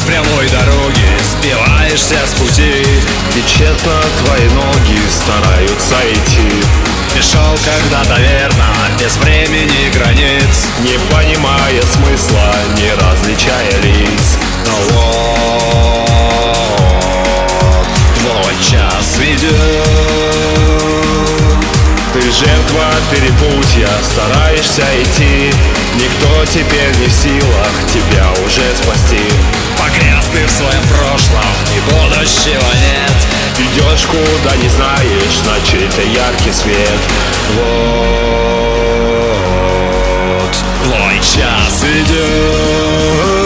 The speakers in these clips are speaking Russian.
прямой дороги сбиваешься с пути, и тщетно твои ноги стараются идти. Пришел когда-то верно, без времени и границ, не понимая смысла, не различая лиц. Но вот твой час идет. Ты жертва перепутья, стараешься идти, никто теперь не в силах тебя уже спасти. Погряз ты в своем прошлом, и будущего нет. Идешь куда не знаешь, на чей-то яркий свет. Вот твой час идет.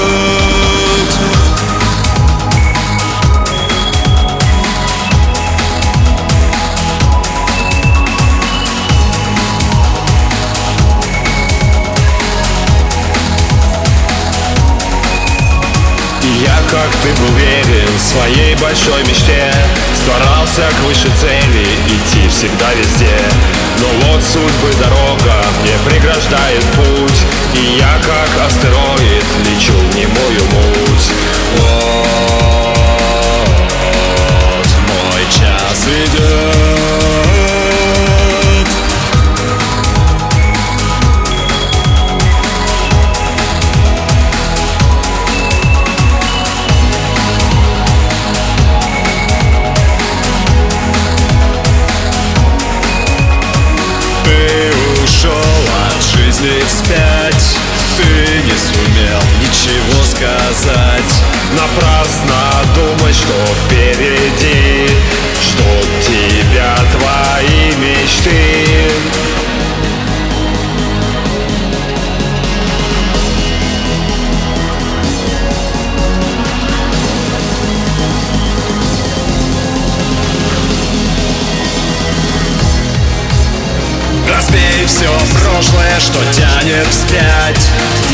Я, как ты, был верен своей большой мечте, старался к высшей цели идти всегда везде. Но вот судьбы дорога мне преграждает путь, и я, как астероид, лечу в немую муть. Вот мой час идет. Вспять ты не сумел ничего сказать. Напрасно думать, что впереди ждут тебя твои мечты. Разбей все прошлое, что тянет вспять.